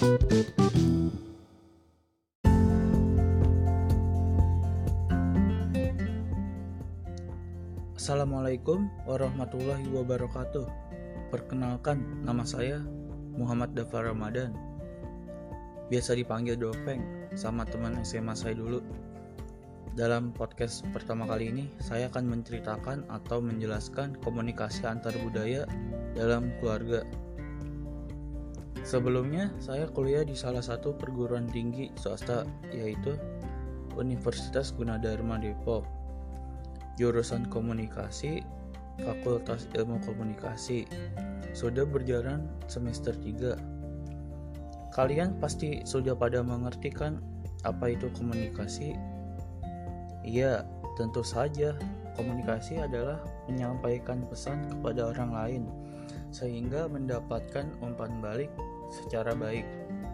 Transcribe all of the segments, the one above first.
Assalamualaikum warahmatullahi wabarakatuh. Perkenalkan, nama saya Muhammad Dafar Ramadan. Biasa dipanggil Dopeng sama teman SMA saya dulu. Dalam podcast pertama kali ini, saya akan menceritakan atau menjelaskan komunikasi antar budaya dalam keluarga. Sebelumnya, saya kuliah di salah satu perguruan tinggi swasta, yaitu Universitas Gunadarma Depok. Jurusan Komunikasi, Fakultas Ilmu Komunikasi. Sudah berjalan semester 3. Kalian pasti sudah pada mengerti kan apa itu komunikasi? Iya, tentu saja. Komunikasi adalah menyampaikan pesan kepada orang lain sehingga mendapatkan umpan balik secara baik.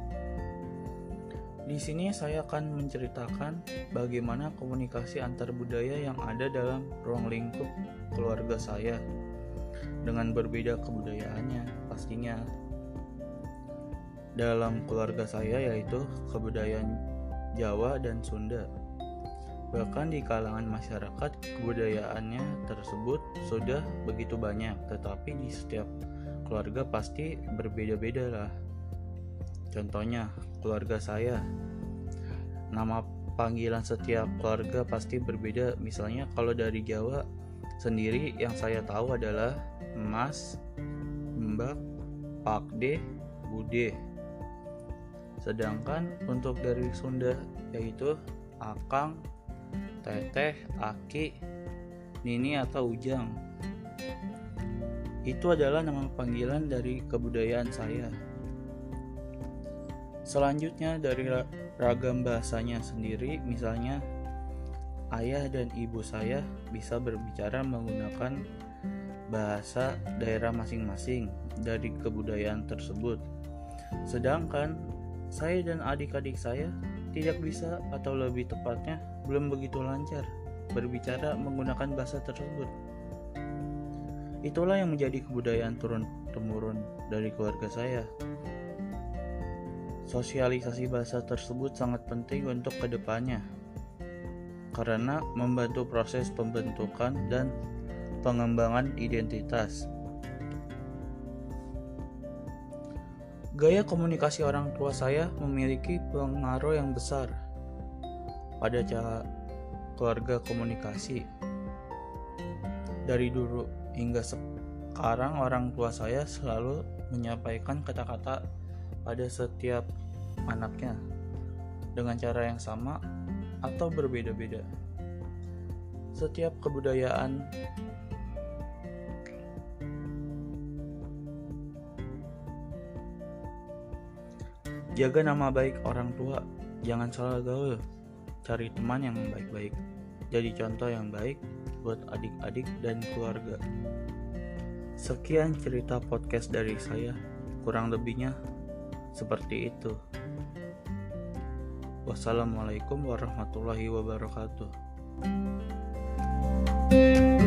Di sini saya akan menceritakan bagaimana komunikasi antar budaya yang ada dalam ruang lingkup keluarga saya dengan berbeda kebudayaannya pastinya. Dalam keluarga saya yaitu kebudayaan Jawa dan Sunda. Bahkan di kalangan masyarakat kebudayaannya tersebut sudah begitu banyak, tetapi di setiap keluarga pasti berbeda-beda lah. Contohnya, keluarga saya, nama panggilan setiap keluarga pasti berbeda. Misalnya kalau dari Jawa sendiri yang saya tahu adalah Mas, Mbak, Pakde, Bude. Sedangkan untuk dari Sunda yaitu Akang, Teteh, Aki, Nini atau Ujang. Itu adalah nama panggilan dari kebudayaan saya. Selanjutnya dari ragam bahasanya sendiri, misalnya ayah dan ibu saya bisa berbicara menggunakan bahasa daerah masing-masing dari kebudayaan tersebut. Sedangkan saya dan adik-adik saya tidak bisa, atau lebih tepatnya belum begitu lancar berbicara menggunakan bahasa tersebut. Itulah yang menjadi kebudayaan turun-temurun dari keluarga saya. Sosialisasi bahasa tersebut sangat penting untuk kedepannya karena membantu proses pembentukan dan pengembangan identitas. Gaya komunikasi orang tua saya memiliki pengaruh yang besar pada cara keluarga komunikasi. Dari dulu hingga sekarang orang tua saya selalu menyampaikan kata-kata pada setiap anaknya dengan cara yang sama atau berbeda-beda. Setiap kebudayaan jaga nama baik orang tua, jangan salah gaul, cari teman yang baik-baik, jadi contoh yang baik buat adik-adik dan keluarga. Sekian cerita podcast dari saya, kurang lebihnya seperti itu. Wassalamualaikum warahmatullahi wabarakatuh.